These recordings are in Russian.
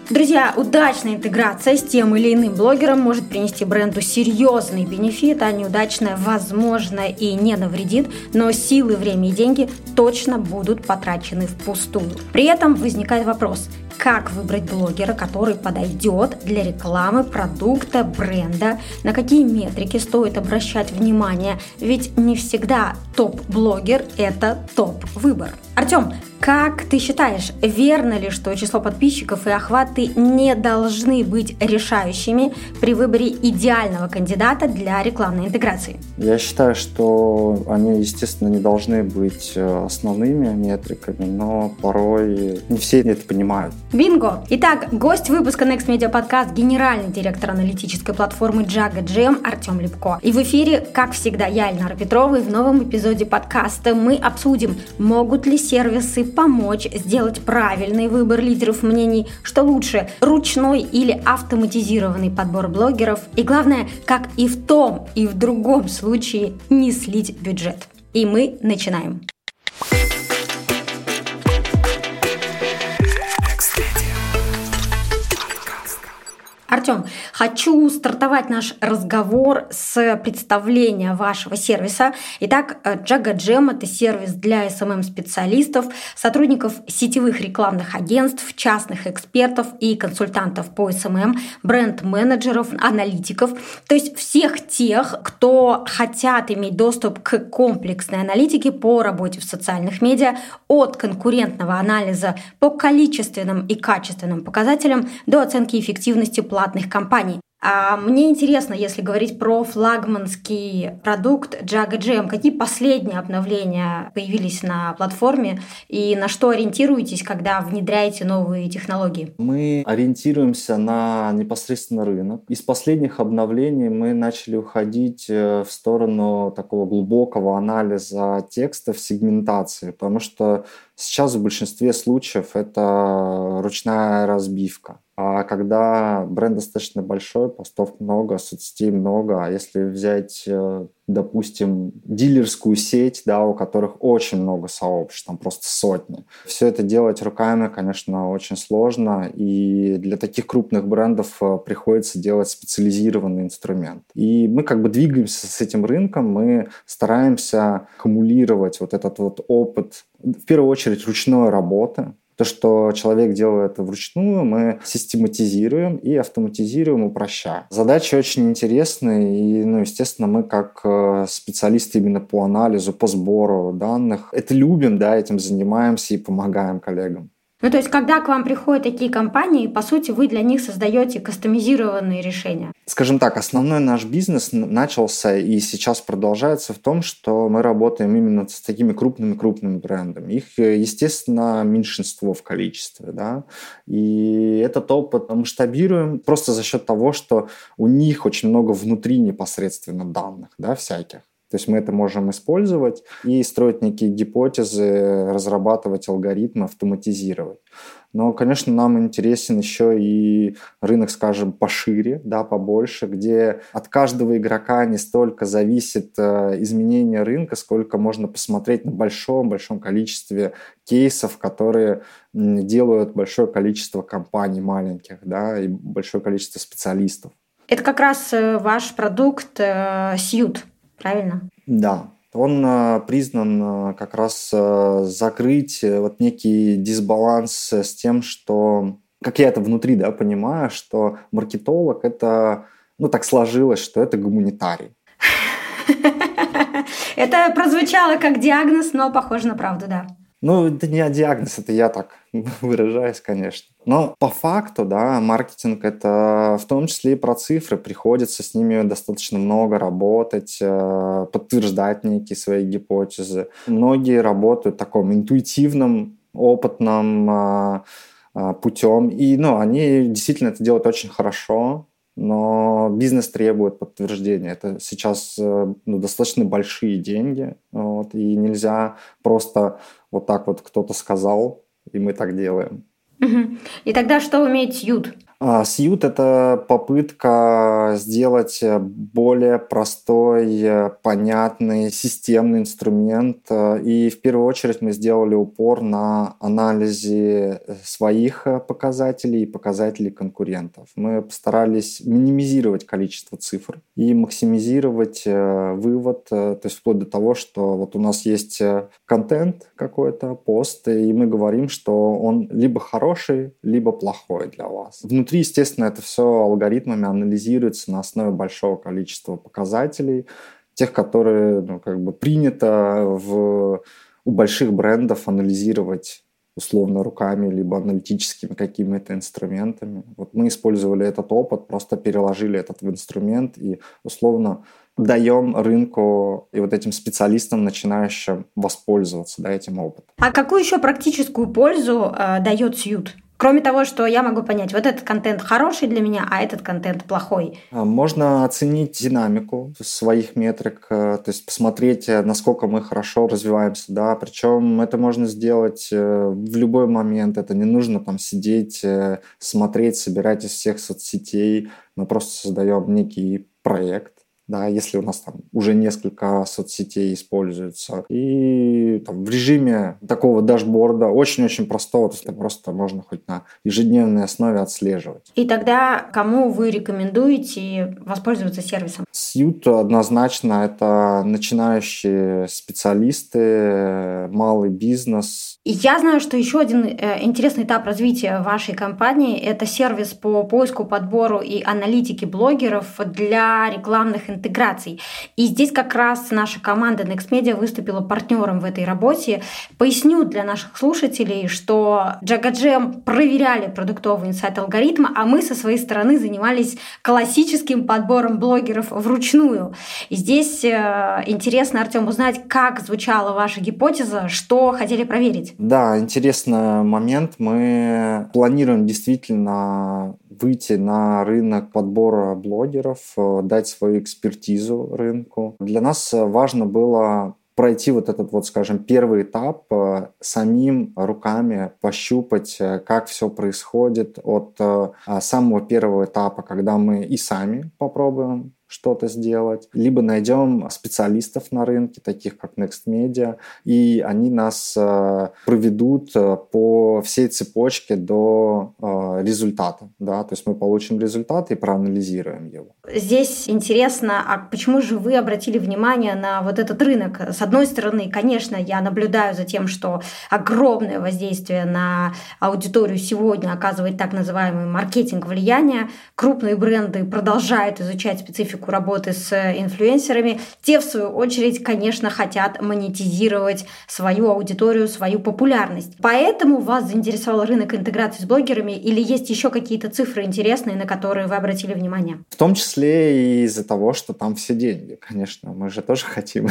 Друзья, удачная интеграция с тем или иным блогером может принести бренду серьезный бенефит, а неудачная, возможно, и не навредит, но силы, время и деньги точно будут потрачены впустую. При этом возникает вопрос: как выбрать блогера, который подойдет для рекламы продукта, бренда, на какие метрики стоит обращать внимание, ведь не всегда топ-блогер – это топ-выбор. Артем, как ты считаешь, верно ли, что число подписчиков и охваты не должны быть решающими при выборе идеального кандидата для рекламной интеграции? Я считаю, что они, естественно, не должны быть основными метриками, но порой не все это понимают. Бинго! Итак, гость выпуска Next Media Podcast, генеральный директор аналитической платформы JagoGM Артем Липко. И в эфире, как всегда, я, Эльнара Петрова, и в новом эпизоде подкаста мы обсудим, могут ли сервисы помочь сделать правильный выбор лидеров мнений, что лучше, ручной или автоматизированный подбор блогеров, и главное, как и в том, и в другом случае не слить бюджет. И мы начинаем. Артем, хочу стартовать наш разговор с представления вашего сервиса. Итак, JagoGM – это сервис для SMM-специалистов, сотрудников сетевых рекламных агентств, частных экспертов и консультантов по SMM, бренд-менеджеров, аналитиков, то есть всех тех, кто хотят иметь доступ к комплексной аналитике по работе в социальных медиа, от конкурентного анализа по количественным и качественным показателям до оценки эффективности платных кампаний. А мне интересно, если говорить про флагманский продукт JagoGM, какие последние обновления появились на платформе и на что ориентируетесь, когда внедряете новые технологии? Мы ориентируемся на непосредственно рынок. Из последних обновлений мы начали уходить в сторону такого глубокого анализа текстов, сегментации, потому что сейчас в большинстве случаев это ручная разбивка. А когда бренд достаточно большой, постов много, соцсетей много, а если взять, допустим, дилерскую сеть, да, у которых очень много сообществ, там просто сотни, все это делать руками, конечно, очень сложно, и для таких крупных брендов приходится делать специализированный инструмент. И мы как бы двигаемся с этим рынком, мы стараемся аккумулировать вот этот вот опыт, в первую очередь, ручной работы. То, что человек делает вручную, мы систематизируем и автоматизируем, упрощаем. Задачи очень интересные, и, естественно, мы как специалисты именно по анализу, по сбору данных, это любим, да, этим занимаемся и помогаем коллегам. То есть, когда к вам приходят такие компании, по сути, вы для них создаете кастомизированные решения? Скажем так, основной наш бизнес начался и сейчас продолжается в том, что мы работаем именно с такими крупными брендами. Их, естественно, меньшинство в количестве, да, и этот опыт масштабируем просто за счет того, что у них очень много внутри непосредственно данных, да, всяких. То есть мы это можем использовать и строить некие гипотезы, разрабатывать алгоритмы, автоматизировать. Но, конечно, нам интересен еще и рынок, скажем, пошире, да, побольше, где от каждого игрока не столько зависит изменение рынка, сколько можно посмотреть на большом количестве кейсов, которые делают большое количество компаний маленьких, да, и большое количество специалистов. Это как раз ваш продукт Suite. Правильно? Да. Он признан как раз закрыть вот некий дисбаланс с тем, что, как я это внутри, да, понимаю, что маркетолог это, так сложилось, что это гуманитарий. Это прозвучало как диагноз, но похоже на правду, да. Это не диагноз, это я так выражаюсь, конечно. Но по факту, да, маркетинг – это в том числе и про цифры. Приходится с ними достаточно много работать, подтверждать некие свои гипотезы. Многие работают в таком интуитивном, опытном путем. И они действительно это делают очень хорошо. Но бизнес требует подтверждения. Это сейчас достаточно большие деньги, и нельзя просто вот так вот кто-то сказал, и мы так делаем. И тогда что умеет Suite? Сьют — это попытка сделать более простой, понятный, системный инструмент. И в первую очередь мы сделали упор на анализе своих показателей и показателей конкурентов. Мы постарались минимизировать количество цифр и максимизировать вывод, то есть вплоть до того, что вот у нас есть контент какой-то, пост, и мы говорим, что он либо хороший, либо плохой для вас. Внутри, естественно, это все алгоритмами анализируется на основе большого количества показателей, тех, которые принято у больших брендов анализировать условно руками, либо аналитическими какими-то инструментами. Вот мы использовали этот опыт, просто переложили этот в инструмент и условно даем рынку и вот этим специалистам, начинающим воспользоваться этим опытом. А какую еще практическую пользу дает Сьют? Кроме того, что я могу понять, вот этот контент хороший для меня, а этот контент плохой. Можно оценить динамику своих метрик, то есть посмотреть, насколько мы хорошо развиваемся, да, причем это можно сделать в любой момент, это не нужно там сидеть, смотреть, собирать из всех соцсетей, мы просто создаем некий проект. Да, если у нас там уже несколько соцсетей используются. И там, в режиме такого дашборда, очень-очень простого, то есть это просто можно хоть на ежедневной основе отслеживать. И тогда кому вы рекомендуете воспользоваться сервисом? Сьют однозначно это начинающие специалисты, малый бизнес. И я знаю, что еще один интересный этап развития вашей компании – это сервис по поиску, подбору и аналитике блогеров для рекламных интеграций. И здесь как раз наша команда Next Media выступила партнером в этой работе. Поясню для наших слушателей, что JagaJam проверяли продуктовый инсайт алгоритма, а мы со своей стороны занимались классическим подбором блогеров вручную. И здесь интересно, Артем, узнать, как звучала ваша гипотеза, что хотели проверить. Да, интересный момент. Мы планируем действительно выйти на рынок подбора блогеров, дать свою экспертизу рынку. Для нас важно было пройти вот этот вот, скажем, первый этап, самим руками пощупать, как все происходит от самого первого этапа, когда мы и сами попробуем что-то сделать, либо найдем специалистов на рынке, таких как Next Media, и они нас проведут по всей цепочке до результата. Да? То есть мы получим результат и проанализируем его. Здесь интересно, а почему же вы обратили внимание на вот этот рынок? С одной стороны, конечно, я наблюдаю за тем, что огромное воздействие на аудиторию сегодня оказывает так называемый маркетинг влияния. Крупные бренды продолжают изучать специфику работы с инфлюенсерами. Те, в свою очередь, конечно, хотят монетизировать свою аудиторию, свою популярность. Поэтому вас заинтересовал рынок интеграции с блогерами или есть еще какие-то цифры интересные, на которые вы обратили внимание? В том числе и из-за того, что там все деньги, конечно. Мы же тоже хотим.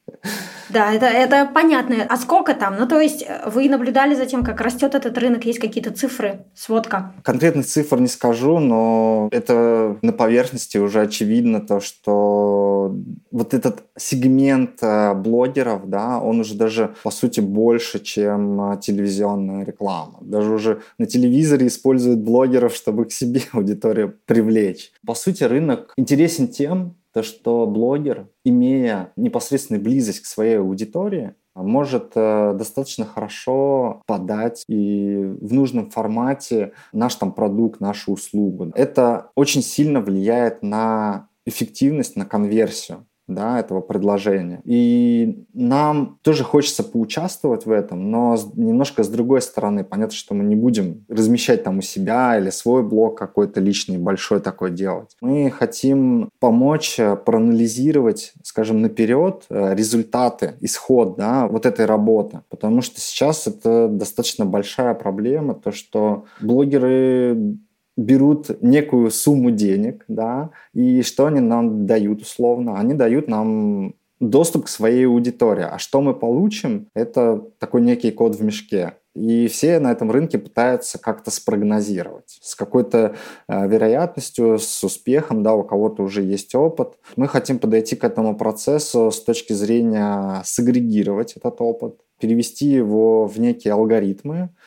Да, это понятно. А сколько там? Ну, то есть вы наблюдали за тем, как растет этот рынок, есть какие-то цифры, сводка? Конкретных цифр не скажу, но это на поверхности уже очевидно то, что вот этот сегмент блогеров, да, он уже даже, по сути, больше, чем телевизионная реклама. Даже уже на телевизоре используют блогеров, чтобы к себе аудиторию привлечь. По сути, рынок интересен тем, что блогер, имея непосредственную близость к своей аудитории, может достаточно хорошо подать и в нужном формате наш там продукт, нашу услугу. Это очень сильно влияет на эффективность, на конверсию, да, этого предложения. И нам тоже хочется поучаствовать в этом, но немножко с другой стороны. Понятно, что мы не будем размещать там у себя или свой блог какой-то личный, большой такой делать. Мы хотим помочь проанализировать, скажем, наперед результаты, исход, да, вот этой работы. Потому что сейчас это достаточно большая проблема, то, что блогеры берут некую сумму денег, да, и что они нам дают условно? Они дают нам доступ к своей аудитории. А что мы получим? Это такой некий кот в мешке. И все на этом рынке пытаются как-то спрогнозировать с какой-то вероятностью, с успехом, да, у кого-то уже есть опыт. Мы хотим подойти к этому процессу с точки зрения сагрегировать этот опыт, перевести его в некие алгоритмы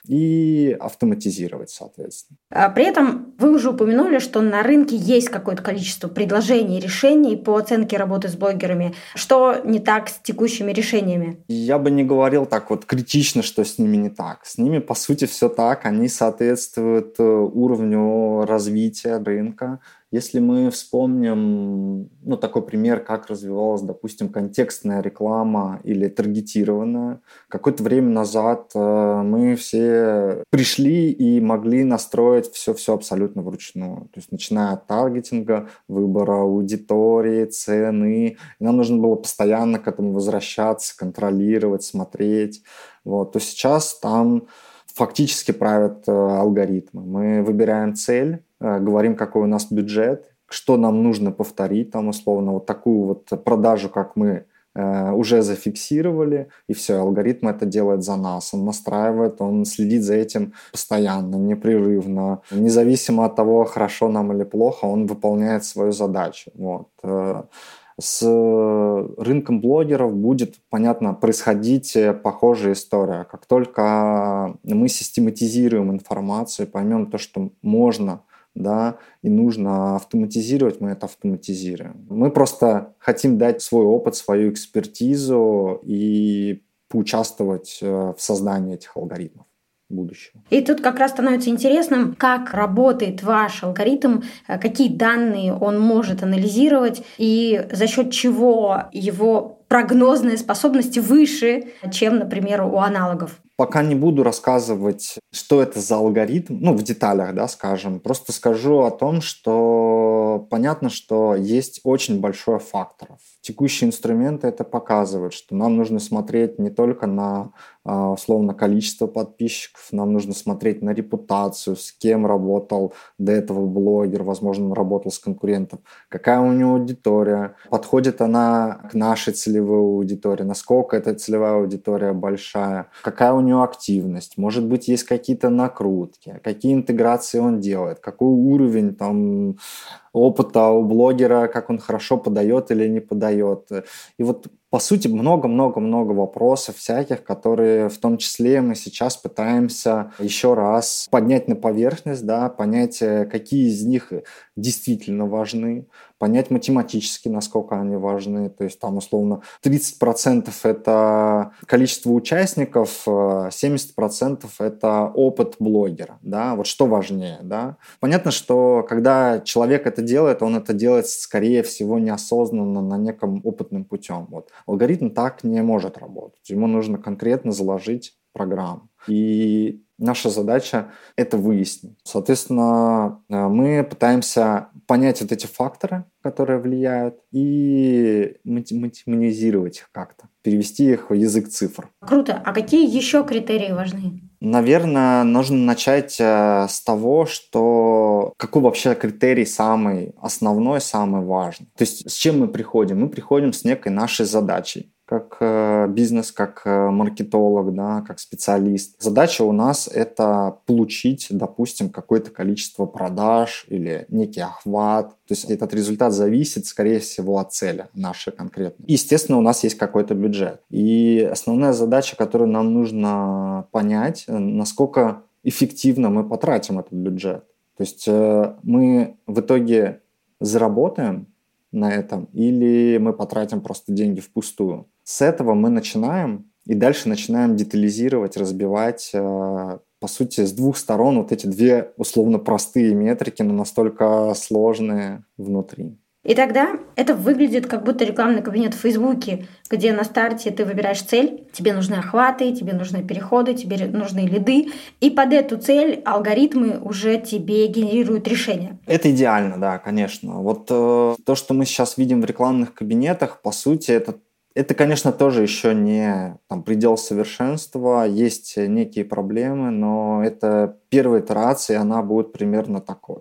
и автоматизировать, соответственно. При этом вы уже упомянули, что на рынке есть какое-то количество предложений и решений по оценке работы с блогерами. Что не так с текущими решениями? Я бы не говорил так вот критично, что с ними не так. С ними, по сути, все так. Они соответствуют уровню развития рынка. Если мы вспомним, такой пример, как развивалась, допустим, контекстная реклама или таргетированная. Какое-то время назад мы все пришли и могли настроить все абсолютно вручную. То есть начиная от таргетинга, выбора аудитории, цены. И нам нужно было постоянно к этому возвращаться, контролировать, смотреть. То сейчас там фактически правят алгоритмы. Мы выбираем цель, говорим, какой у нас бюджет, что нам нужно повторить, там условно вот такую вот продажу, как мы уже зафиксировали, и все, алгоритм это делает за нас. Он настраивает, он следит за этим постоянно, непрерывно. Независимо от того, хорошо нам или плохо, он выполняет свою задачу. С рынком блогеров будет, понятно, происходить похожая история. Как только мы систематизируем информацию, поймем то, что можно, да, и нужно автоматизировать, мы это автоматизируем. Мы просто хотим дать свой опыт, свою экспертизу и поучаствовать в создании этих алгоритмов будущего. И тут как раз становится интересным, как работает ваш алгоритм, какие данные он может анализировать и за счет чего его прогнозные способности выше, чем, например, у аналогов. Пока не буду рассказывать, что это за алгоритм, в деталях, да, скажем. Просто скажу о том, что понятно, что есть очень большой факторов. Текущие инструменты это показывают, что нам нужно смотреть не только на условно количество подписчиков, нам нужно смотреть на репутацию, с кем работал до этого блогер, возможно, он работал с конкурентом, какая у него аудитория, подходит она к нашей целевой аудитории, насколько эта целевая аудитория большая, какая у него активность, может быть, есть какие-то накрутки, какие интеграции он делает, какой уровень там опыта у блогера, как он хорошо подает или не подает. И по сути, много-много-много вопросов всяких, которые в том числе мы сейчас пытаемся еще раз поднять на поверхность, да, понять, какие из них действительно важны, понять математически, насколько они важны. То есть там условно 30% это количество участников, 70% это опыт блогера. Да? Что важнее. Да? Понятно, что когда человек это делает, он это делает, скорее всего, неосознанно, на неком опытным путем. Алгоритм так не может работать. Ему нужно конкретно заложить программу. И наша задача – это выяснить. Соответственно, мы пытаемся понять эти факторы, которые влияют, и математизировать их как-то, перевести их в язык цифр. Круто. А какие еще критерии важны? Наверное, нужно начать с того, что какой вообще критерий самый основной, самый важный. То есть с чем мы приходим? Мы приходим с некой нашей задачей. Как бизнес, как маркетолог, да, как специалист. Задача у нас – это получить, допустим, какое-то количество продаж или некий охват. То есть этот результат зависит, скорее всего, от цели нашей конкретной. Естественно, у нас есть какой-то бюджет. И основная задача, которую нам нужно понять, насколько эффективно мы потратим этот бюджет. То есть мы в итоге заработаем на этом или мы потратим просто деньги впустую. С этого мы начинаем и дальше начинаем детализировать, разбивать, по сути, с двух сторон эти две условно простые метрики, но настолько сложные внутри. И тогда это выглядит как будто рекламный кабинет в Фейсбуке, где на старте ты выбираешь цель, тебе нужны охваты, тебе нужны переходы, тебе нужны лиды, и под эту цель алгоритмы уже тебе генерируют решения. Это идеально, да, конечно. То, что мы сейчас видим в рекламных кабинетах, по сути, это, конечно, тоже еще не предел совершенства, есть некие проблемы, но это первая итерация, она будет примерно такой. То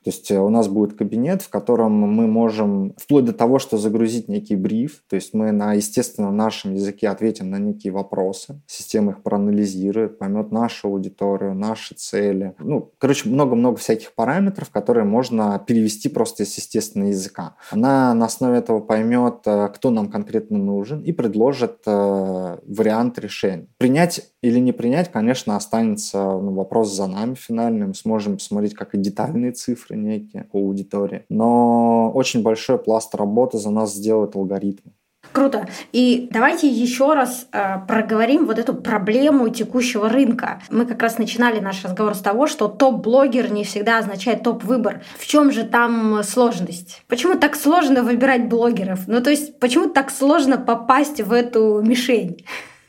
То есть у нас будет кабинет, в котором мы можем, вплоть до того, что загрузить некий бриф, то есть мы на, естественно, нашем языке ответим на некие вопросы, система их проанализирует, поймет нашу аудиторию, наши цели. Много-много всяких параметров, которые можно перевести просто из естественного языка. Она на основе этого поймет, кто нам конкретно нужен, и предложит вариант решения. Принять или не принять, конечно, останется вопрос за нами финальным. Мы сможем посмотреть, как и детальные цифры некие по аудитории. Но очень большой пласт работы за нас сделает алгоритмы. Круто. И давайте еще раз проговорим вот эту проблему текущего рынка. Мы как раз начинали наш разговор с того, что топ-блогер не всегда означает топ-выбор. В чем же там сложность? Почему так сложно выбирать блогеров? То есть почему так сложно попасть в эту мишень?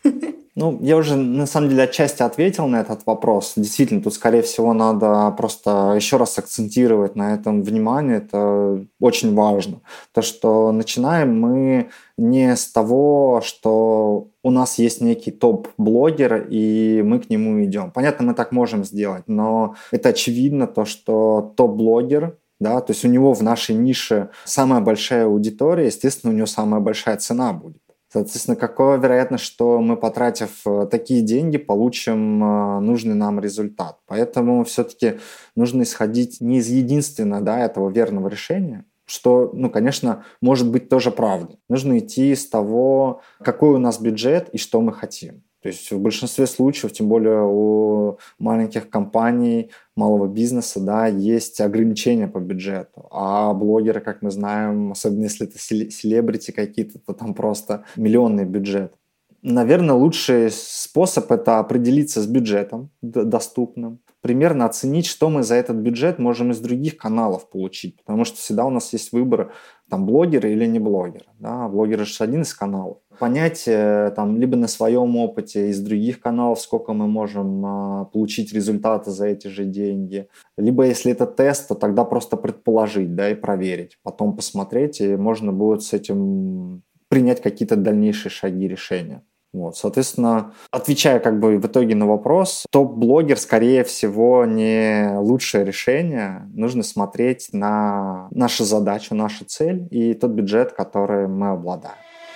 Я уже, на самом деле, отчасти ответил на этот вопрос. Действительно, тут, скорее всего, надо просто еще раз акцентировать на этом внимание. Это очень важно. То, что начинаем мы не с того, что у нас есть некий топ-блогер, и мы к нему идем. Понятно, мы так можем сделать, но это очевидно, то, что топ-блогер, да, то есть у него в нашей нише самая большая аудитория, естественно, у него самая большая цена будет. Соответственно, какова вероятность, что мы, потратив такие деньги, получим нужный нам результат? Поэтому все-таки нужно исходить не из единственного, этого верного решения, что, конечно, может быть тоже правдой. Нужно идти из того, какой у нас бюджет и что мы хотим. То есть в большинстве случаев, тем более у маленьких компаний, малого бизнеса, есть ограничения по бюджету. А блогеры, как мы знаем, особенно если это селебрити какие-то, то там просто миллионный бюджет. Наверное, лучший способ – это определиться с бюджетом доступным, примерно оценить, что мы за этот бюджет можем из других каналов получить, потому что всегда у нас есть выбор, блогеры или не блогеры. Блогеры же один из каналов. Понять либо на своем опыте из других каналов, сколько мы можем получить результаты за эти же деньги. Либо если это тест, то тогда просто предположить, и проверить. Потом посмотреть, и можно будет с этим принять какие-то дальнейшие шаги решения. Соответственно, отвечая в итоге на вопрос, топ-блогер, скорее всего, не лучшее решение. Нужно смотреть на нашу задачу, нашу цель и тот бюджет, который мы обладаем.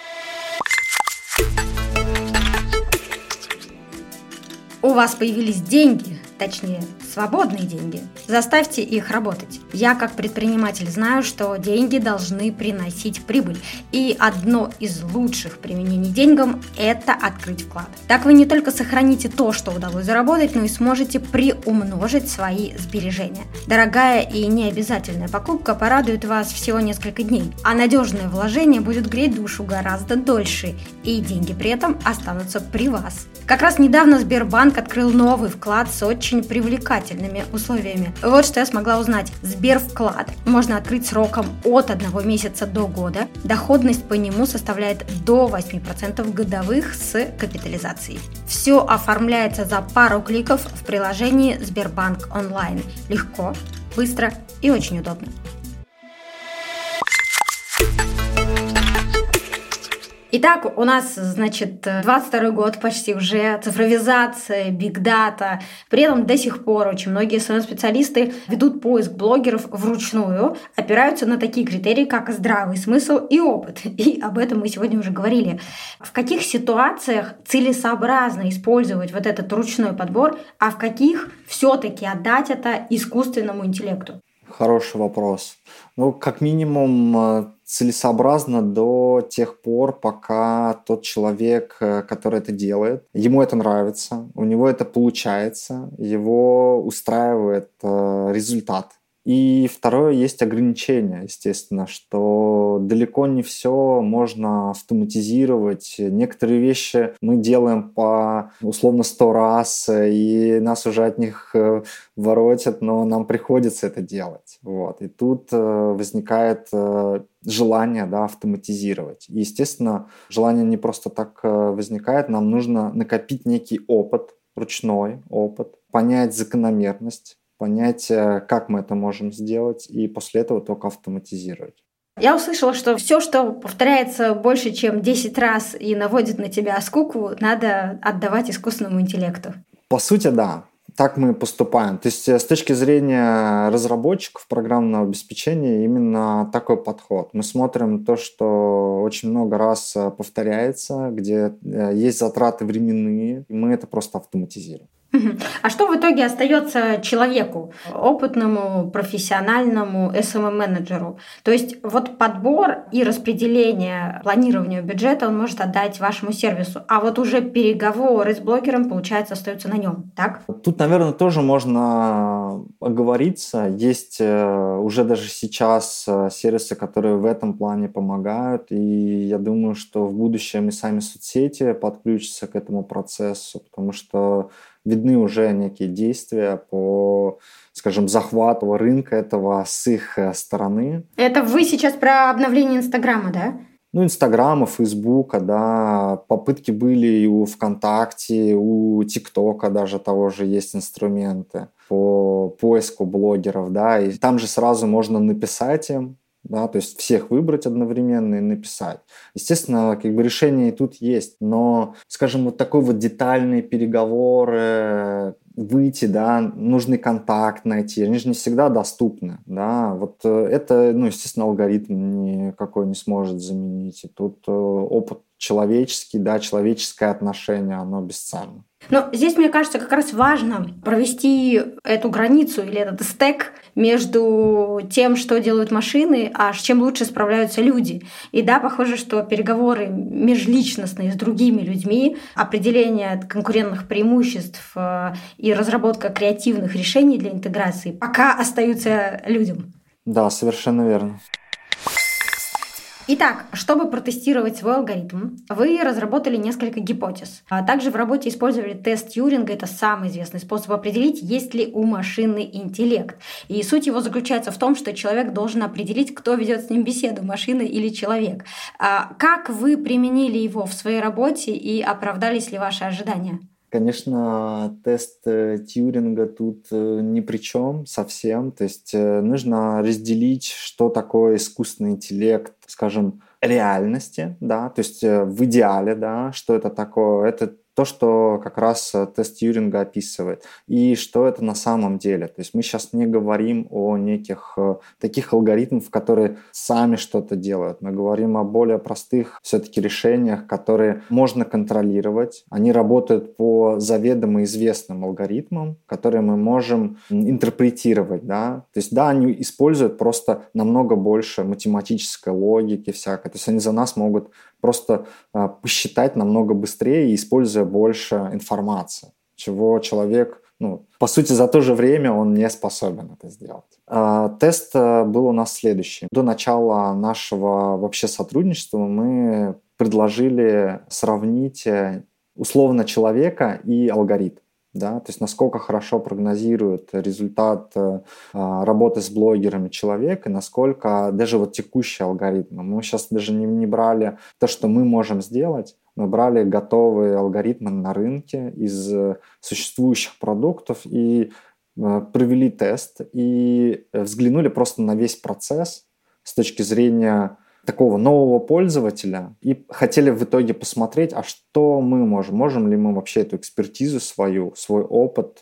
У вас появились деньги, точнее, свободные деньги. Заставьте их работать. Я, как предприниматель, знаю, что деньги должны приносить прибыль. И одно из лучших применений деньгам – это открыть вклад. Так вы не только сохраните то, что удалось заработать, но и сможете приумножить свои сбережения. Дорогая и необязательная покупка порадует вас всего несколько дней, а надежное вложение будет греть душу гораздо дольше, и деньги при этом останутся при вас. Как раз недавно Сбербанк открыл новый вклад с очень привлекательными условиями. Вот что я смогла узнать. Сбервклад можно открыть сроком от 1 месяца до года. Доходность по нему составляет до 8% годовых с капитализацией. Все оформляется за пару кликов в приложении Сбербанк онлайн. Легко, быстро и очень удобно. Итак, у нас, 22 год почти уже, цифровизация, бигдата. При этом до сих пор очень многие СММ-специалисты ведут поиск блогеров вручную, опираются на такие критерии, как здравый смысл и опыт. И об этом мы сегодня уже говорили. В каких ситуациях целесообразно использовать вот этот ручной подбор, а в каких все-таки отдать это искусственному интеллекту? Хороший вопрос. Как минимум, целесообразно до тех пор, пока тот человек, который это делает, ему это нравится, у него это получается, его устраивает результат. И второе, есть ограничения, естественно, что далеко не все можно автоматизировать. Некоторые вещи мы делаем по условно 100 раз, и нас уже от них воротят, но нам приходится это делать. И тут возникает желание автоматизировать. И, естественно, желание не просто так возникает, нам нужно накопить некий опыт, ручной опыт, понять закономерность, понять, как мы это можем сделать, и после этого только автоматизировать. Я услышала, что все, что повторяется больше, чем 10 раз и наводит на тебя скуку, надо отдавать искусственному интеллекту. По сути, да. Так мы поступаем. То есть с точки зрения разработчиков программного обеспечения именно такой подход. Мы смотрим то, что очень много раз повторяется, где есть затраты временные, и мы это просто автоматизируем. А что в итоге остается человеку, опытному, профессиональному SMM-менеджеру? То есть вот подбор и распределение планирования бюджета он может отдать вашему сервису, а вот уже переговоры с блогером, получается, остаются на нем, так? Тут, наверное, тоже можно оговориться. Есть уже даже сейчас сервисы, которые в этом плане помогают, и я думаю, что в будущем и сами соцсети подключатся к этому процессу, потому что видны уже некие действия по, скажем, захвату рынка этого с их стороны. Это вы сейчас про обновление Инстаграма, да? Ну, Инстаграма, Фейсбука, да, попытки были и у ВКонтакте, у ТикТока даже того же есть инструменты по поиску блогеров, да, и там же сразу можно написать им, да, то есть всех выбрать одновременно и написать. Естественно, как бы решение и тут есть, но, скажем, вот такой вот детальные переговоры, выйти, да, нужный контакт найти, они же не всегда доступны, да, вот это, ну, естественно, алгоритм никакой не сможет заменить, и тут опыт человеческий, да, человеческое отношение, оно бесценно. Но здесь, мне кажется, как раз важно провести эту границу или этот стек между тем, что делают машины, а с чем лучше справляются люди. И да, похоже, что переговоры межличностные с другими людьми, определение конкурентных преимуществ и разработка креативных решений для интеграции пока остаются людям. Да, совершенно верно. Итак, чтобы протестировать свой алгоритм, вы разработали несколько гипотез. А также в работе использовали тест Тьюринга. Это самый известный способ определить, есть ли у машины интеллект. И суть его заключается в том, что человек должен определить, кто ведет с ним беседу, машина или человек. Как вы применили его в своей работе и оправдались ли ваши ожидания? Конечно, тест Тьюринга тут ни при чем совсем. То есть нужно разделить, что такое искусственный интеллект, скажем, реальности, да, то есть в идеале, да, что это такое. Это то, что как раз тест Тьюринга описывает. И что это на самом деле. То есть мы сейчас не говорим о неких таких алгоритмах, которые сами что-то делают. Мы говорим о более простых все-таки решениях, которые можно контролировать. Они работают по заведомо известным алгоритмам, которые мы можем интерпретировать. Да? То есть да, они используют просто намного больше математической логики всякой. То есть они за нас могут просто посчитать намного быстрее, используя больше информации, чего человек, ну, по сути, за то же время он не способен это сделать. Тест был у нас следующий. До начала нашего вообще сотрудничества мы предложили сравнить условно человека и алгоритм. Да, то есть насколько хорошо прогнозирует результат работы с блогерами человек и насколько даже вот текущие алгоритмы. Мы сейчас даже не брали то, что мы можем сделать, мы брали готовые алгоритмы на рынке из существующих продуктов и провели тест и взглянули просто на весь процесс с точки зрения такого нового пользователя и хотели в итоге посмотреть, а что мы можем ли мы вообще эту экспертизу свою, свой опыт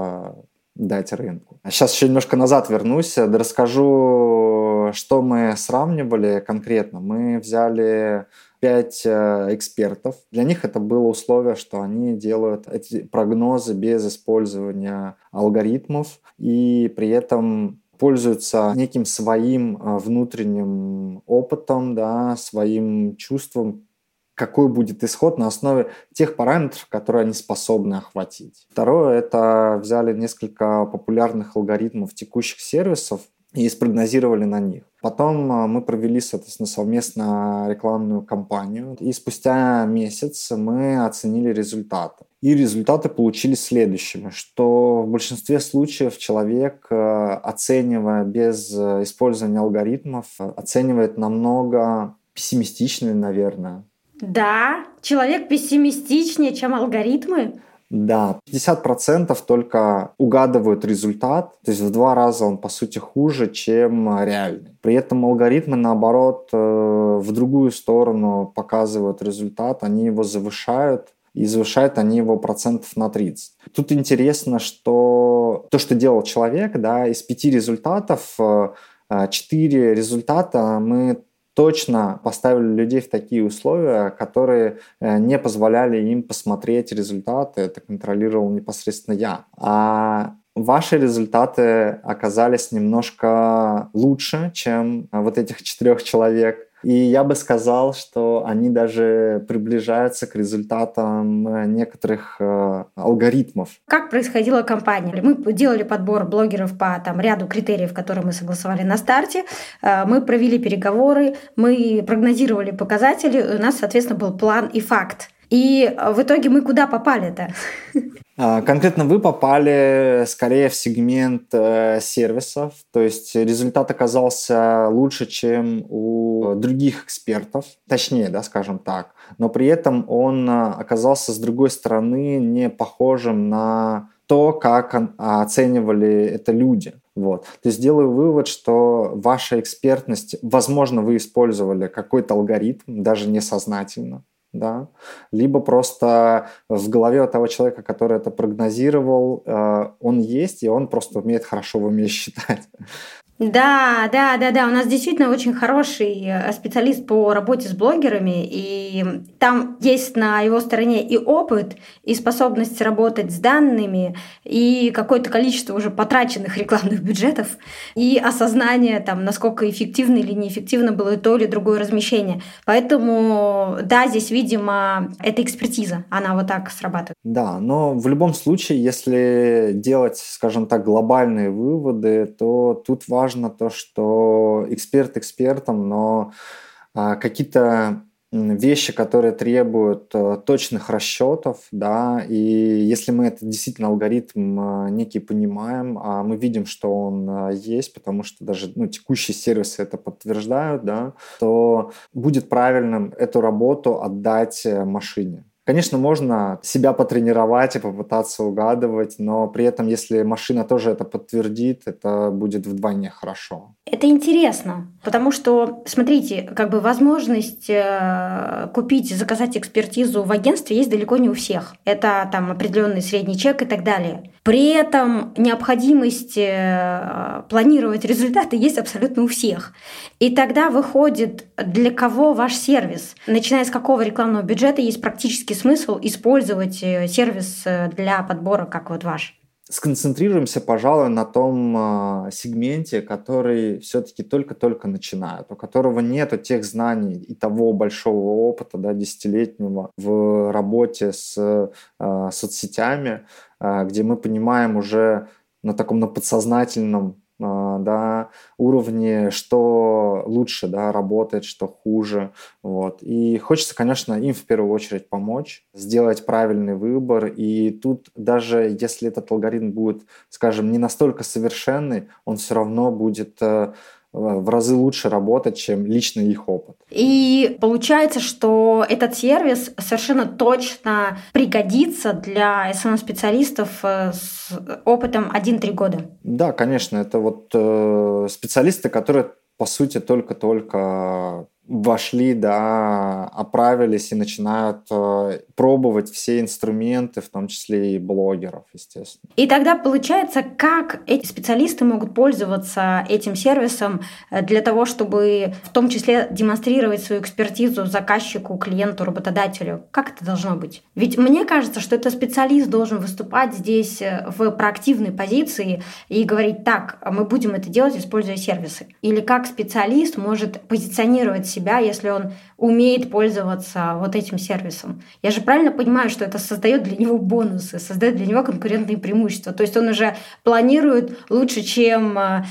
дать рынку. А сейчас еще немножко назад вернусь, да расскажу, что мы сравнивали конкретно. Мы взяли 5 экспертов. Для них это было условие, что они делают эти прогнозы без использования алгоритмов и при этом пользуются неким своим внутренним опытом, да, своим чувством, какой будет исход на основе тех параметров, которые они способны охватить. Второе – это взяли несколько популярных алгоритмов текущих сервисов и спрогнозировали на них. Потом мы провели, соответственно, совместно рекламную кампанию, и спустя месяц мы оценили результаты. И результаты получились следующими, что в большинстве случаев человек, оценивая без использования алгоритмов, оценивает намного пессимистичнее, наверное. Да, человек пессимистичнее, чем алгоритмы. Да, 50% только угадывают результат, то есть в 2 раза он, по сути, хуже, чем реальный. При этом алгоритмы, наоборот, в другую сторону показывают результат, они его завышают, и завышают они его процентов на 30. Тут интересно, что то, что делал человек, да, из 5 результатов 4 результата мы точно поставили людей в такие условия, которые не позволяли им посмотреть результаты. Это контролировал непосредственно я. А ваши результаты оказались немножко лучше, чем вот этих 4 человек. И я бы сказал, что они даже приближаются к результатам некоторых алгоритмов. Как происходила кампания? Мы делали подбор блогеров по ряду критериев, которые мы согласовали на старте. Мы провели переговоры, мы прогнозировали показатели, у нас, соответственно, был план и факт. И в итоге мы куда попали-то? Конкретно вы попали скорее в сегмент сервисов, то есть результат оказался лучше, чем у других экспертов, точнее, да, скажем так, но при этом он оказался с другой стороны не похожим на то, как оценивали это люди. Вот. То есть делаю вывод, что ваша экспертность, возможно, вы использовали какой-то алгоритм, даже несознательно, да, либо просто в голове у того человека, который это прогнозировал, он есть, и он просто умеет хорошо в уме считать. Да. У нас действительно очень хороший специалист по работе с блогерами, и там есть на его стороне и опыт, и способность работать с данными, и какое-то количество уже потраченных рекламных бюджетов, и осознание, насколько эффективно или неэффективно было то или другое размещение. Поэтому, да, здесь, видимо, это экспертиза, она вот так срабатывает. Да, но в любом случае, если делать, скажем так, глобальные выводы, то тут важно то, что эксперт экспертом, но какие-то вещи, которые требуют точных расчетов, да, и если мы это действительно алгоритм некий понимаем, а мы видим, что он есть, потому что даже текущие сервисы это подтверждают, да, то будет правильным эту работу отдать машине. Конечно, можно себя потренировать и попытаться угадывать, но при этом, если машина тоже это подтвердит, это будет вдвойне хорошо. Это интересно, потому что, смотрите, возможность купить, заказать экспертизу в агентстве есть далеко не у всех. Это определенный средний чек и так далее. При этом необходимость планировать результаты есть абсолютно у всех. И тогда выходит, для кого ваш сервис, начиная с какого рекламного бюджета есть практически смысл использовать сервис для подбора, как вот ваш. Сконцентрируемся, пожалуй, на том сегменте, который все-таки только-только начинает, у которого нет тех знаний и того большого опыта, да, десятилетнего в работе с соцсетями, где мы понимаем уже на подсознательном уровне, что лучше, работает, что хуже. Вот. И хочется, конечно, им в первую очередь помочь, сделать правильный выбор. И тут даже если этот алгоритм будет, скажем, не настолько совершенный, он все равно будет в разы лучше работать, чем лично их опыт. И получается, что этот сервис совершенно точно пригодится для SMM-специалистов с опытом 1-3 года. Да, конечно, это специалисты, которые, по сути, только-только вошли, оправились и начинают пробовать все инструменты, в том числе и блогеров, естественно. И тогда получается, как эти специалисты могут пользоваться этим сервисом для того, чтобы в том числе демонстрировать свою экспертизу заказчику, клиенту, работодателю? Как это должно быть? Ведь мне кажется, что этот специалист должен выступать здесь в проактивной позиции и говорить: так, мы будем это делать, используя сервисы. Или как специалист может позиционировать себя, если он умеет пользоваться этим сервисом. Я же правильно понимаю, что это создает для него бонусы, создает для него конкурентные преимущества. То есть он уже планирует лучше, чем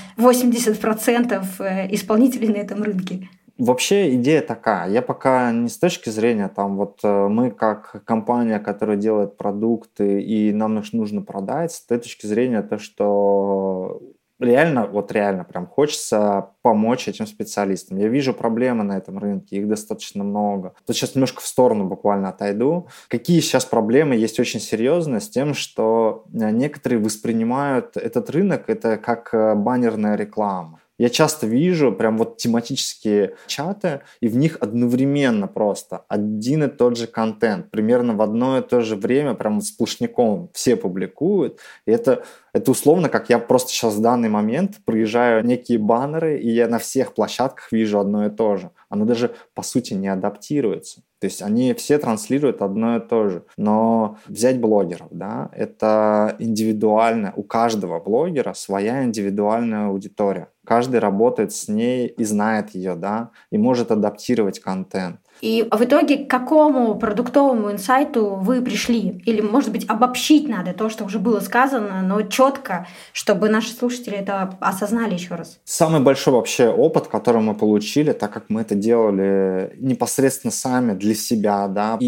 80% исполнителей на этом рынке. Вообще идея такая. Я пока не с точки зрения мы как компания, которая делает продукты и нам нужно продать, с той точки зрения то, что реально прям хочется помочь этим специалистам. Я вижу проблемы на этом рынке, их достаточно много. Тут сейчас немножко в сторону буквально отойду. Какие сейчас проблемы есть очень серьезные с тем, что некоторые воспринимают этот рынок это как баннерная реклама. Я часто вижу прям вот тематические чаты, и в них одновременно просто один и тот же контент, примерно в одно и то же время, прям вот сплошняком все публикуют. И это условно, как я просто сейчас в данный момент проезжаю некие баннеры, и я на всех площадках вижу одно и то же. Оно даже, по сути, не адаптируется. То есть они все транслируют одно и то же. Но взять блогеров, да, это индивидуально. У каждого блогера своя индивидуальная аудитория. Каждый работает с ней и знает ее, да, и может адаптировать контент. И в итоге к какому продуктовому инсайту вы пришли? Или, может быть, обобщить надо то, что уже было сказано, но четко, чтобы наши слушатели это осознали еще раз? Самый большой вообще опыт, который мы получили, так как мы это делали непосредственно сами для себя, да.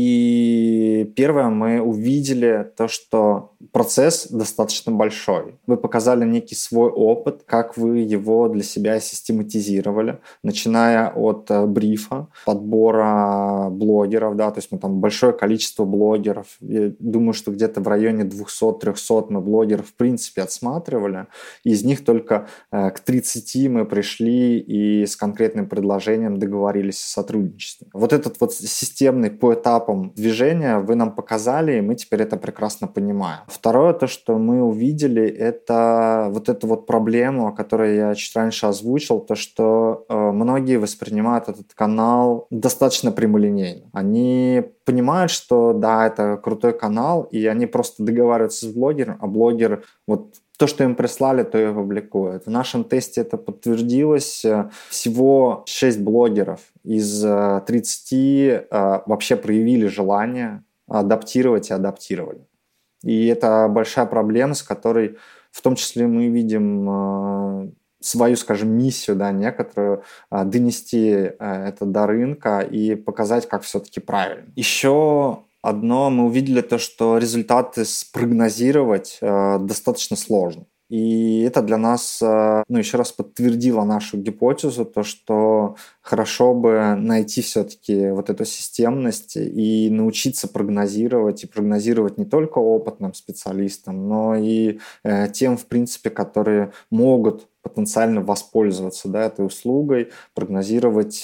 И первое, мы увидели то, что процесс достаточно большой. Вы показали некий свой опыт, как вы его для себя систематизировали, начиная от брифа, подбора блогеров, да, то есть мы там большое количество блогеров, я думаю, что где-то в районе 200-300 мы блогеров в принципе отсматривали, и из них только к 30 мы пришли и с конкретным предложением договорились о сотрудничестве. Вот этот вот системный по этапам движения вы нам показали, и мы теперь это прекрасно понимаем. Второе, то, что мы увидели, это вот эту вот проблему, о которой я чуть раньше озвучил, то, что многие воспринимают этот канал достаточно прямолинейно. Они понимают, что да, это крутой канал, и они просто договариваются с блогером, а блогер вот то, что им прислали, то и публикует. В нашем тесте это подтвердилось. Всего 6 блогеров из 30 вообще проявили желание адаптировать и адаптировали. И это большая проблема, с которой в том числе мы видим свою, скажем, миссию, да, некоторую, донести это до рынка и показать, как все-таки правильно. Еще одно, мы увидели то, что результаты спрогнозировать достаточно сложно. И это для нас, еще раз подтвердило нашу гипотезу, то, что хорошо бы найти все-таки вот эту системность и научиться прогнозировать, и прогнозировать не только опытным специалистам, но и тем, в принципе, которые могут потенциально воспользоваться, да, этой услугой, прогнозировать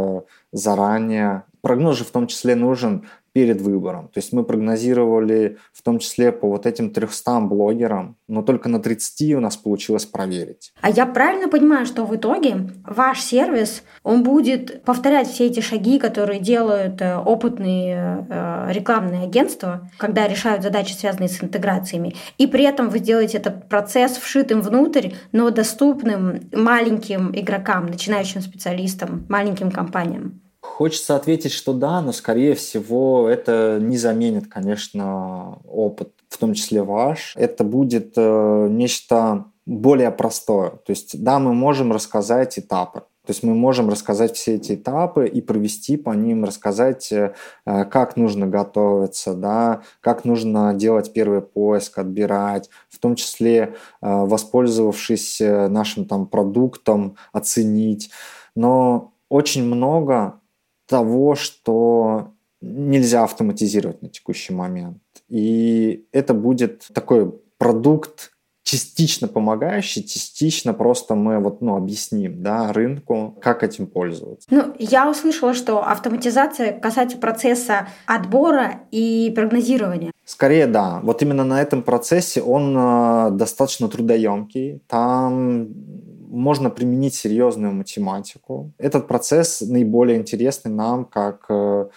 заранее. Прогноз же в том числе нужен перед выбором. То есть мы прогнозировали в том числе по вот этим 300 блогерам, но только на 30 у нас получилось проверить. А я правильно понимаю, что в итоге ваш сервис, он будет повторять все эти шаги, которые делают опытные рекламные агентства, когда решают задачи, связанные с интеграциями, и при этом вы делаете этот процесс вшитым внутрь, но доступным маленьким игрокам, начинающим специалистам, маленьким компаниям? Хочется ответить, что да, но, скорее всего, это не заменит, конечно, опыт, в том числе ваш. Это будет нечто более простое. То есть, да, мы можем рассказать этапы. То есть мы можем рассказать все эти этапы и провести по ним, рассказать, как нужно готовиться, да, как нужно делать первый поиск, отбирать, в том числе воспользовавшись нашим там продуктом, оценить. Но очень много того, что нельзя автоматизировать на текущий момент. И это будет такой продукт, частично помогающий, частично просто мы объясним, да, рынку, как этим пользоваться. Я услышала, что автоматизация касается процесса отбора и прогнозирования. Скорее, да. Вот именно на этом процессе он достаточно трудоемкий. Там можно применить серьезную математику. Этот процесс наиболее интересный нам, как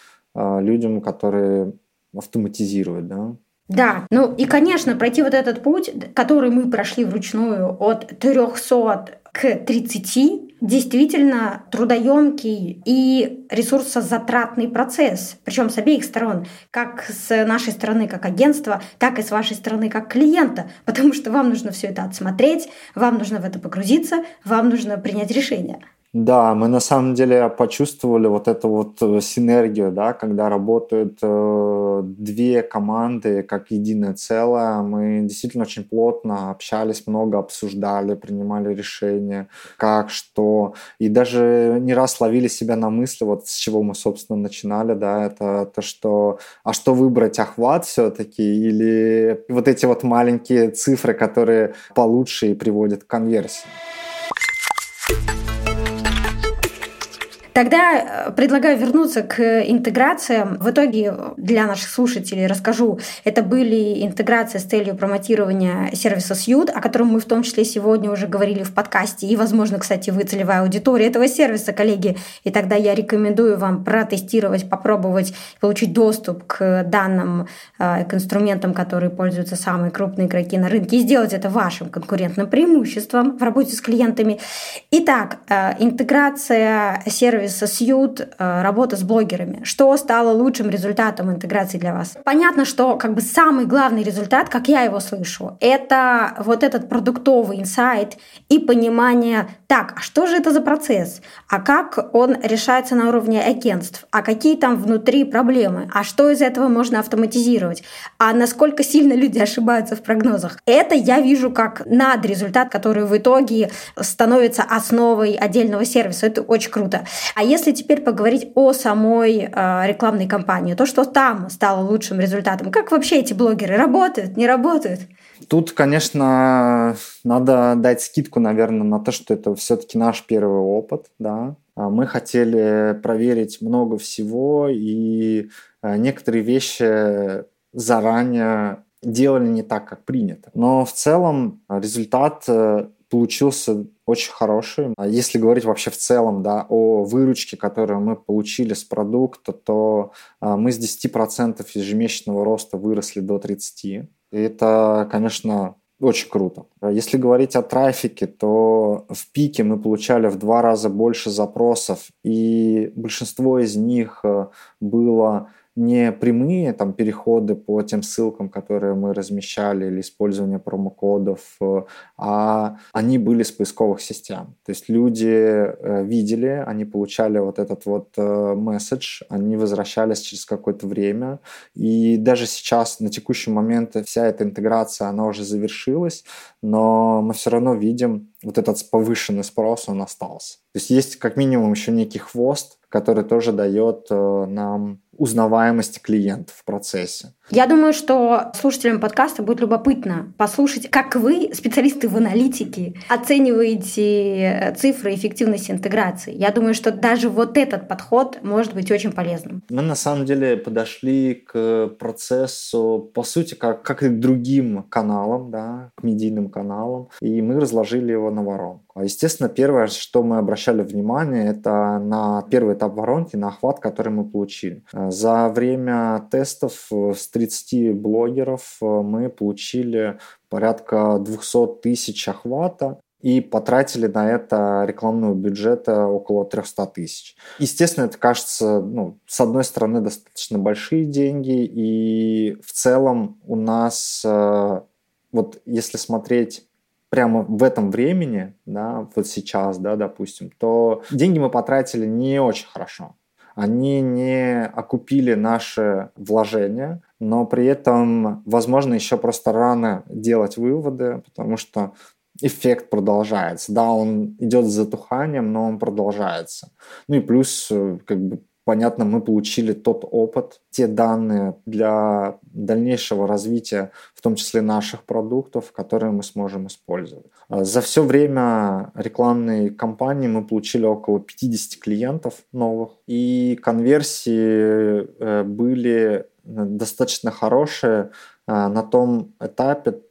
людям, которые автоматизируют, да. Да, и, конечно, пройти вот этот путь, который мы прошли вручную от 300 к 30, действительно трудоемкий и ресурсозатратный процесс, причем с обеих сторон, как с нашей стороны как агентства, так и с вашей стороны как клиента, потому что вам нужно все это отсмотреть, вам нужно в это погрузиться, вам нужно принять решение. Да, мы на самом деле почувствовали вот эту вот синергию, да, когда работают две команды как единое целое. Мы действительно очень плотно общались, много обсуждали, принимали решения, как, что. И даже не раз ловили себя на мысли, вот с чего мы, собственно, начинали, да, это то, что что выбрать, охват все-таки или вот эти вот маленькие цифры, которые получше и приводят к конверсии. Тогда предлагаю вернуться к интеграциям. В итоге для наших слушателей расскажу. Это были интеграции с целью промотирования сервиса Suite, о котором мы в том числе сегодня уже говорили в подкасте. И, возможно, кстати, вы целевая аудитория этого сервиса, коллеги. И тогда я рекомендую вам протестировать, попробовать, получить доступ к данным, к инструментам, которые пользуются самые крупные игроки на рынке, и сделать это вашим конкурентным преимуществом в работе с клиентами. Итак, интеграция сервиса Suite, работа с блогерами. Что стало лучшим результатом интеграции для вас? Понятно, что самый главный результат, как я его слышу, это вот этот продуктовый инсайт и понимание, так, а что же это за процесс? А как он решается на уровне агентств? А какие там внутри проблемы? А что из этого можно автоматизировать? А насколько сильно люди ошибаются в прогнозах? Это я вижу как надрезультат, который в итоге становится основой отдельного сервиса. Это очень круто. А если теперь поговорить о самой рекламной кампании, то, что там стало лучшим результатом, как вообще эти блогеры работают, не работают? Тут, конечно, надо дать скидку, наверное, на то, что это все-таки наш первый опыт, да. Мы хотели проверить много всего, и некоторые вещи заранее делали не так, как принято. Но в целом результат получился очень хороший. Если говорить вообще в целом, да, о выручке, которую мы получили с продукта, то мы с 10% ежемесячного роста выросли до 30%. И это, конечно, очень круто. Если говорить о трафике, то в пике мы получали в 2 раза больше запросов, и большинство из них было не прямые там переходы по тем ссылкам, которые мы размещали, или использование промокодов, а они были с поисковых систем. То есть люди видели, они получали вот этот вот месседж, они возвращались через какое-то время. И даже сейчас, на текущий момент, вся эта интеграция, она уже завершилась, но мы все равно видим вот этот повышенный спрос, он остался. То есть как минимум еще некий хвост, который тоже дает нам узнаваемость клиентов в процессе. Я думаю, что слушателям подкаста будет любопытно послушать, как вы, специалисты в аналитике, оцениваете цифры эффективности интеграции. Я думаю, что даже вот этот подход может быть очень полезным. Мы на самом деле подошли к процессу, по сути, как и к другим каналам, да, к медийным каналам, и мы разложили его на воронку. Естественно, первое, что мы обращали внимание, это на первый этап воронки, на охват, который мы получили. За время тестов с 30 блогеров мы получили порядка 200 тысяч охвата и потратили на это рекламного бюджета около 300 тысяч. Естественно, это кажется, с одной стороны, достаточно большие деньги, и в целом у нас, вот если смотреть прямо в этом времени, да, вот сейчас, да, допустим, то деньги мы потратили не очень хорошо. Они не окупили наши вложения, но при этом, возможно, еще просто рано делать выводы, потому что эффект продолжается. Да, он идет с затуханием, но он продолжается. И плюс, понятно, мы получили тот опыт, те данные для дальнейшего развития, в том числе наших продуктов, которые мы сможем использовать. За все время рекламной кампании мы получили около 50 клиентов новых, и конверсии были достаточно хорошие на том этапе,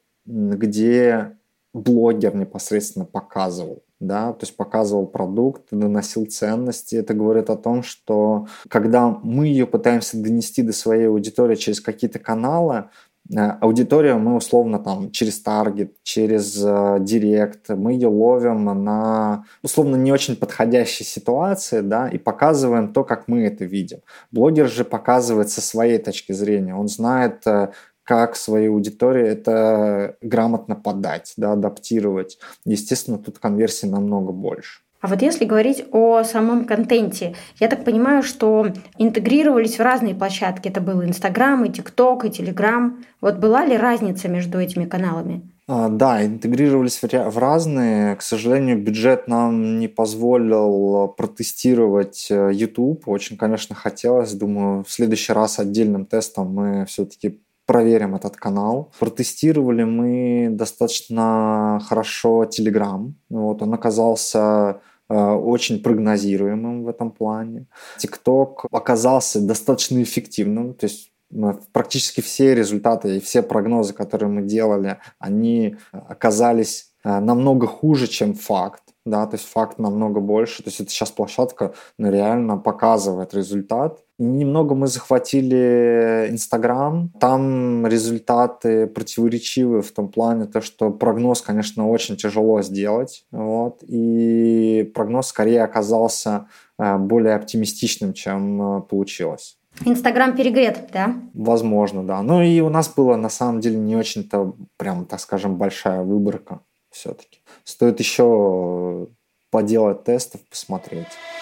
где блогер непосредственно показывал. Да, то есть показывал продукт, доносил ценности. Это говорит о том, что когда мы ее пытаемся донести до своей аудитории через какие-то каналы, аудиторию мы условно там через таргет, через директ, мы ее ловим на условно не очень подходящей ситуации, да, и показываем то, как мы это видим. Блогер же показывает со своей точки зрения. Он знает, как своей аудитории это грамотно подать, да, адаптировать. Естественно, тут конверсии намного больше. А вот если говорить о самом контенте, я так понимаю, что интегрировались в разные площадки. Это был Инстаграм, и ТикТок, и Телеграм. Вот была ли разница между этими каналами? Да, интегрировались в разные. К сожалению, бюджет нам не позволил протестировать YouTube. Очень, конечно, хотелось. Думаю, в следующий раз отдельным тестом мы все-таки проверим этот канал. Протестировали мы достаточно хорошо Telegram. Он оказался очень прогнозируемым в этом плане. TikTok оказался достаточно эффективным, то есть практически все результаты и все прогнозы, которые мы делали, они оказались намного хуже, чем факт. Да, то есть факт намного больше. То есть это сейчас площадка реально показывает результат. Немного мы захватили Инстаграм. Там результаты противоречивые в том плане, то, что прогноз, конечно, очень тяжело сделать. Вот, и прогноз скорее оказался более оптимистичным, чем получилось. Инстаграм перегрет, да? Возможно, да. Ну и у нас была на самом деле не очень-то прям, так скажем, большая выборка все-таки. Стоит еще поделать тестов, посмотреть.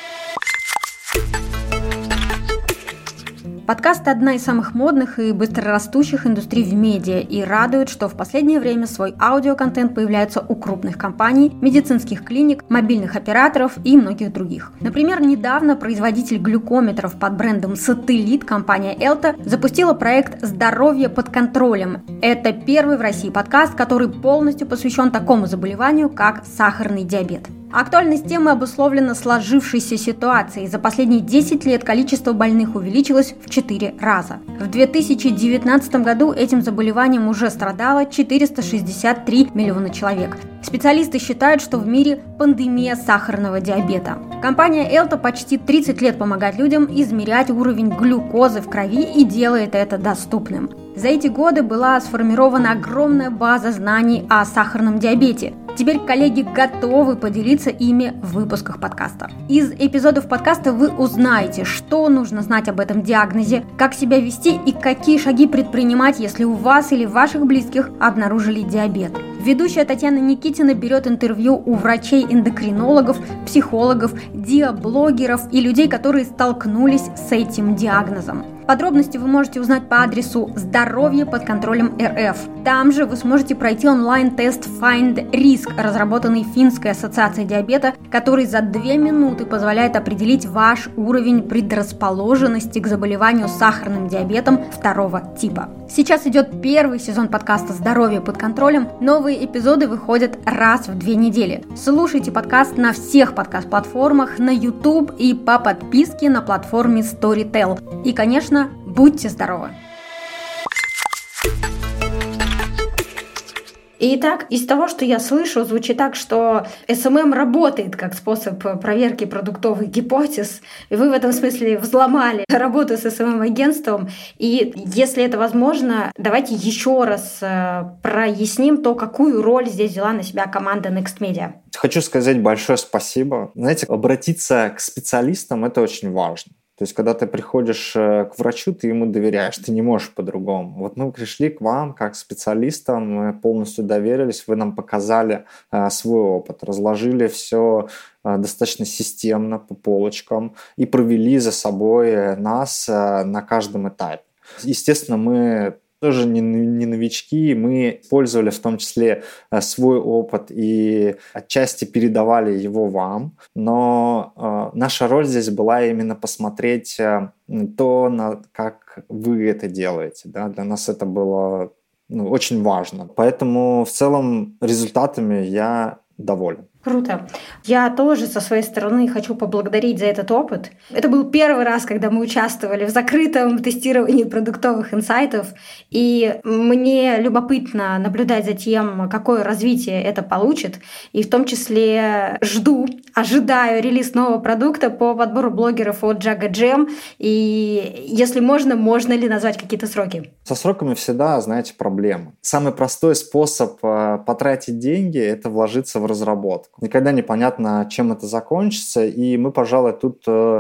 Подкаст – одна из самых модных и быстрорастущих индустрий в медиа, и радует, что в последнее время свой аудиоконтент появляется у крупных компаний, медицинских клиник, мобильных операторов и многих других. Например, недавно производитель глюкометров под брендом Сателлит, компания Элта, запустила проект «Здоровье под контролем». Это первый в России подкаст, который полностью посвящен такому заболеванию, как сахарный диабет. Актуальность темы обусловлена сложившейся ситуацией. За последние 10 лет количество больных увеличилось в 4 раза. В 2019 году этим заболеванием уже страдало 463 миллиона человек. Специалисты считают, что в мире пандемия сахарного диабета. Компания Элта почти 30 лет помогает людям измерять уровень глюкозы в крови и делает это доступным. За эти годы была сформирована огромная база знаний о сахарном диабете. Теперь коллеги готовы поделиться ими в выпусках подкаста. Из эпизодов подкаста вы узнаете, что нужно знать об этом диагнозе, как себя вести и какие шаги предпринимать, если у вас или ваших близких обнаружили диабет. Ведущая Татьяна Никитина берет интервью у врачей-эндокринологов, психологов, диаблогеров и людей, которые столкнулись с этим диагнозом. Подробности вы можете узнать по адресу «Здоровье под контролем РФ». Там же вы сможете пройти онлайн-тест Find Risk, разработанный Финской ассоциацией диабета, который за 2 минуты позволяет определить ваш уровень предрасположенности к заболеванию сахарным диабетом 2 типа. Сейчас идет первый сезон подкаста «Здоровье под контролем». Новые эпизоды выходят раз в 2 недели. Слушайте подкаст на всех подкаст-платформах, на YouTube и по подписке на платформе Storytel. И, конечно, будьте здоровы! Итак, из того, что я слышу, звучит так, что СММ работает как способ проверки продуктовых гипотез, и вы в этом смысле взломали работу с СММ-агентством. И если это возможно, давайте еще раз проясним то, какую роль здесь взяла на себя команда Next Media. Хочу сказать большое спасибо. Знаете, обратиться к специалистам – это очень важно. То есть, когда ты приходишь к врачу, ты ему доверяешь, ты не можешь по-другому. Вот мы пришли к вам как специалистам, мы полностью доверились, вы нам показали свой опыт, разложили все достаточно системно по полочкам и провели за собой нас на каждом этапе. Естественно, мы тоже не новички, мы использовали в том числе свой опыт и отчасти передавали его вам, но наша роль здесь была именно посмотреть то, как вы это делаете. Да? Для нас это было очень важно. Поэтому в целом результатами я доволен. Круто. Я тоже со своей стороны хочу поблагодарить за этот опыт. Это был первый раз, когда мы участвовали в закрытом тестировании продуктовых инсайтов, и мне любопытно наблюдать за тем, какое развитие это получит, и в том числе ожидаю релиз нового продукта по подбору блогеров от Jaga Jam, и если можно ли назвать какие-то сроки? Со сроками всегда, знаете, проблема. Самый простой способ потратить деньги – это вложиться в разработку. Никогда непонятно, чем это закончится, и мы, пожалуй, тут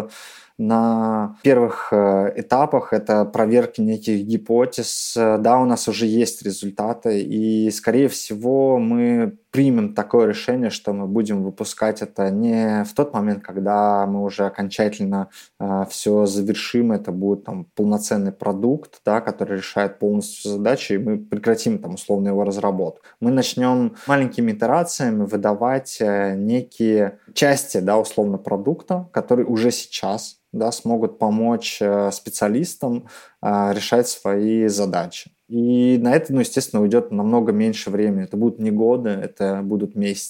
на первых этапах это проверки неких гипотез. Да, у нас уже есть результаты, и, скорее всего, мы примем такое решение, что мы будем выпускать это не в тот момент, когда мы уже окончательно все завершим, это будет полноценный продукт, да, который решает полностью задачи, и мы прекратим условно его разработку. Мы начнем маленькими итерациями выдавать некие части, да, условно продукта, которые уже сейчас, да, смогут помочь специалистам решать свои задачи. И на это, естественно, уйдет намного меньше времени. Это будут не годы, это будут месяцы.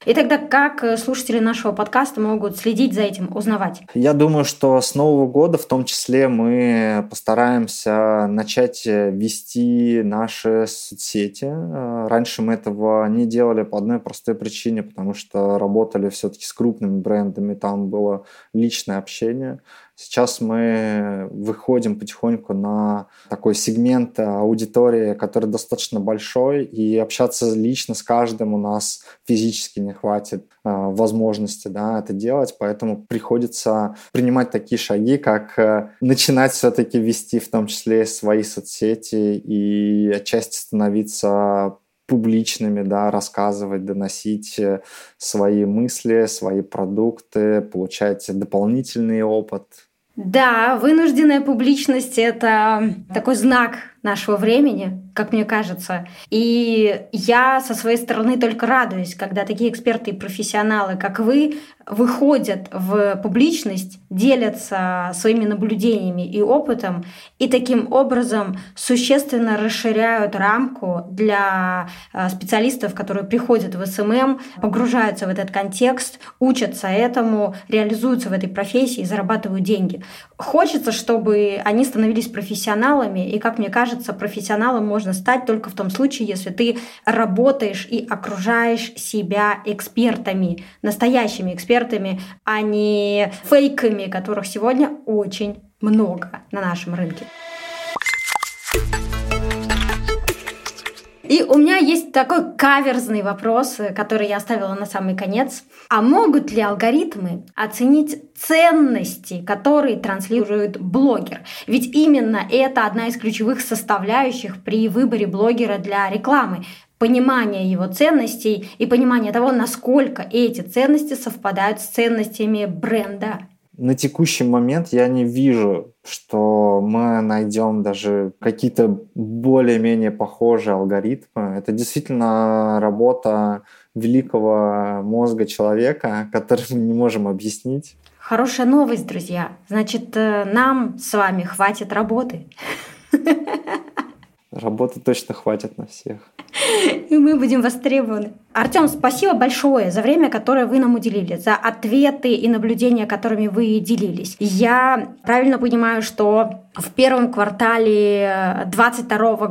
И тогда как слушатели нашего подкаста могут следить за этим, узнавать? Я думаю, что с Нового года в том числе мы постараемся начать вести наши соцсети. Раньше мы этого не делали по одной простой причине, потому что работали все-таки с крупными брендами, там было личное общение. Сейчас мы выходим потихоньку на такой сегмент аудитории, который достаточно большой, и общаться лично с каждым у нас физически не хватит возможности, да, это делать, поэтому приходится принимать такие шаги, как начинать все-таки вести в том числе свои соцсети и отчасти становиться публичными, да, рассказывать, доносить свои мысли, свои продукты, получать дополнительный опыт. Да, вынужденная публичность – это такой знак нашего времени, как мне кажется. И я со своей стороны только радуюсь, когда такие эксперты и профессионалы, как вы, выходят в публичность, делятся своими наблюдениями и опытом, и таким образом существенно расширяют рамку для специалистов, которые приходят в СММ, погружаются в этот контекст, учатся этому, реализуются в этой профессии и зарабатывают деньги. Хочется, чтобы они становились профессионалами, и, как мне кажется, профессионалом можно стать только в том случае, если ты работаешь и окружаешь себя экспертами, настоящими экспертами, а не фейками, которых сегодня очень много на нашем рынке. И у меня есть такой каверзный вопрос, который я оставила на самый конец. А могут ли алгоритмы оценить ценности, которые транслирует блогер? Ведь именно это одна из ключевых составляющих при выборе блогера для рекламы. Понимание его ценностей и понимание того, насколько эти ценности совпадают с ценностями бренда. На текущий момент я не вижу, что мы найдем даже какие-то более-менее похожие алгоритмы. Это действительно работа великого мозга человека, который мы не можем объяснить. Хорошая новость, друзья. Значит, нам с вами хватит работы. Работы точно хватит на всех. И мы будем востребованы. Артём, спасибо большое за время, которое вы нам уделили, за ответы и наблюдения, которыми вы делились. Я правильно понимаю, что в первом квартале 2022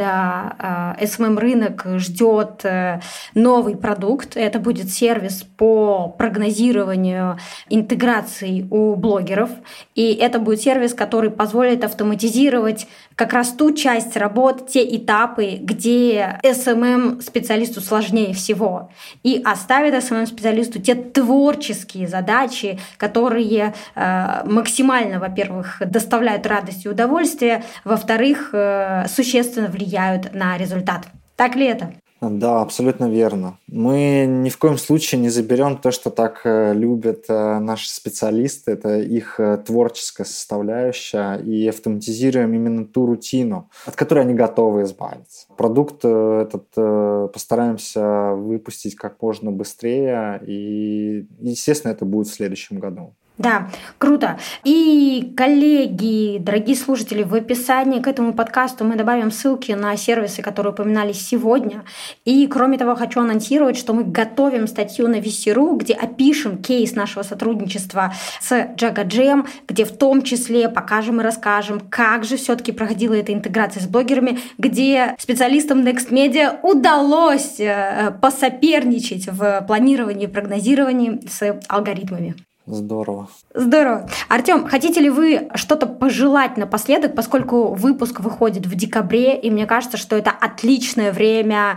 года СММ-рынок ждет новый продукт. Это будет сервис по прогнозированию интеграции у блогеров. И это будет сервис, который позволит автоматизировать как раз ту часть работ, те этапы, где СММ-специалисту сложнее всего. И оставит СММ-специалисту те творческие задачи, которые максимально, во-первых, доставляют радость и удовольствие, во-вторых, существенно влияют на результат. Так ли это? Да, абсолютно верно. Мы ни в коем случае не заберем то, что так любят наши специалисты, это их творческая составляющая, и автоматизируем именно ту рутину, от которой они готовы избавиться. Продукт этот постараемся выпустить как можно быстрее, и, естественно, это будет в следующем году. Да, круто. И, коллеги, дорогие слушатели, в описании к этому подкасту мы добавим ссылки на сервисы, которые упоминались сегодня. И, кроме того, хочу анонсировать, что мы готовим статью на VC.ru, где опишем кейс нашего сотрудничества с JagaJam, где в том числе покажем и расскажем, как же все-таки проходила эта интеграция с блогерами, где специалистам Next Media удалось посоперничать в планировании и прогнозировании с алгоритмами. Здорово. Здорово. Артём, хотите ли вы что-то пожелать напоследок, поскольку выпуск выходит в декабре, и мне кажется, что это отличное время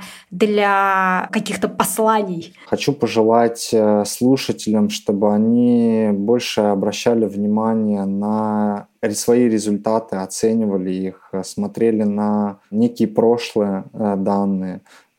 для каких-то посланий? Хочу пожелать слушателям, чтобы они больше обращали внимание на свои результаты, оценивали их, смотрели на некие прошлые данные,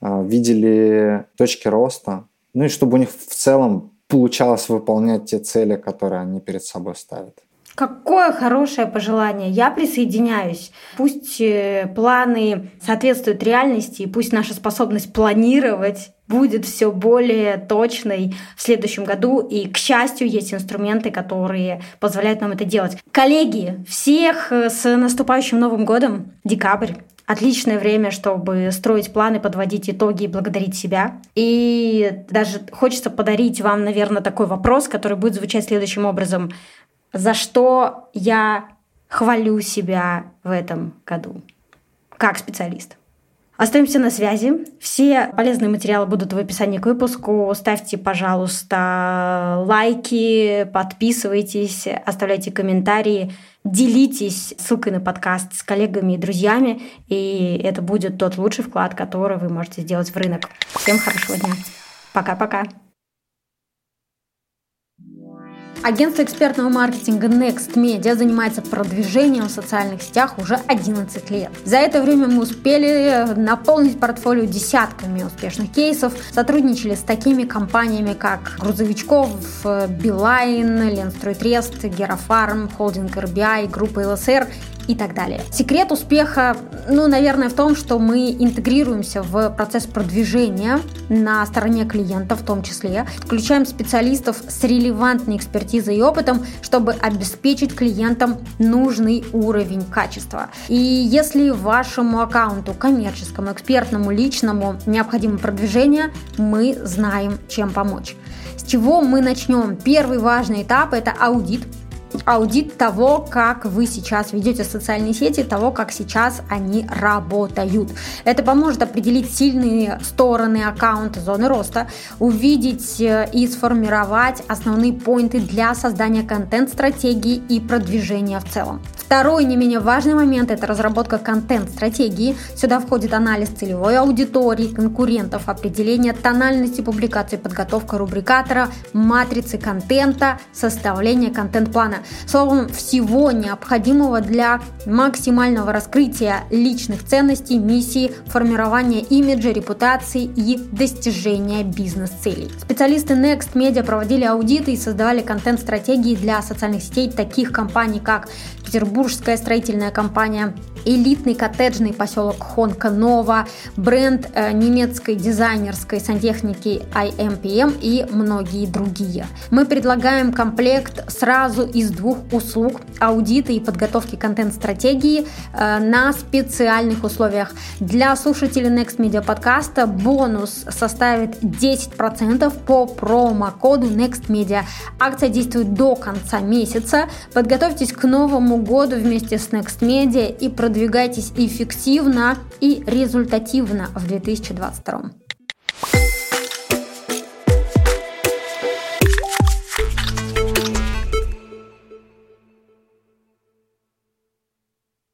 видели точки роста, ну и чтобы у них в целом получалось выполнять те цели, которые они перед собой ставят. Какое хорошее пожелание. Я присоединяюсь. Пусть планы соответствуют реальности, и пусть наша способность планировать будет все более точной в следующем году. И, к счастью, есть инструменты, которые позволяют нам это делать. Коллеги, всех с наступающим Новым годом! Декабрь. Отличное время, чтобы строить планы, подводить итоги и благодарить себя. И даже хочется подарить вам, наверное, такой вопрос, который будет звучать следующим образом. За что я хвалю себя в этом году как специалист? Остаемся на связи. Все полезные материалы будут в описании к выпуску. Ставьте, пожалуйста, лайки, подписывайтесь, оставляйте комментарии, делитесь ссылкой на подкаст с коллегами и друзьями, и это будет тот лучший вклад, который вы можете сделать в рынок. Всем хорошего дня. Пока-пока. Агентство экспертного маркетинга Next Media занимается продвижением в социальных сетях уже 11 лет. За это время мы успели наполнить портфолио десятками успешных кейсов, сотрудничали с такими компаниями, как Грузовичков, Билайн, Ленстройтрест, Герафарм, Холдинг РБИ, группа ЛСР и так далее. Секрет успеха, наверное, в том, что мы интегрируемся в процесс продвижения на стороне клиента в том числе, включаем специалистов с релевантной экспертизой и опытом, чтобы обеспечить клиентам нужный уровень качества. И если вашему аккаунту, коммерческому, экспертному, личному необходимо продвижение, мы знаем, чем помочь. С чего мы начнем? Первый важный этап – это аудит. Аудит того, как вы сейчас ведете социальные сети, того, как сейчас они работают. Это поможет определить сильные стороны аккаунта, зоны роста, увидеть и сформировать основные поинты для создания контент-стратегии и продвижения в целом. Второй не менее важный момент – это разработка контент-стратегии. Сюда входит анализ целевой аудитории, конкурентов, определение тональности публикаций, подготовка рубрикатора, матрицы контента, составление контент-плана. Словом, всего необходимого для максимального раскрытия личных ценностей, миссии, формирования имиджа, репутации и достижения бизнес-целей. Специалисты Next Media проводили аудиты и создавали контент-стратегии для социальных сетей таких компаний, как Петербургская строительная компания, элитный коттеджный поселок Хонка-Нова, бренд немецкой дизайнерской сантехники IMPM и многие другие. Мы предлагаем комплект сразу из 2 услуг: аудита и подготовки контент-стратегии на специальных условиях. Для слушателей Next Media подкаста бонус составит 10% по промокоду Next Media. Акция действует до конца месяца. Подготовьтесь к Новому году вместе с Next Media и продвигайтесь эффективно и результативно в 2022.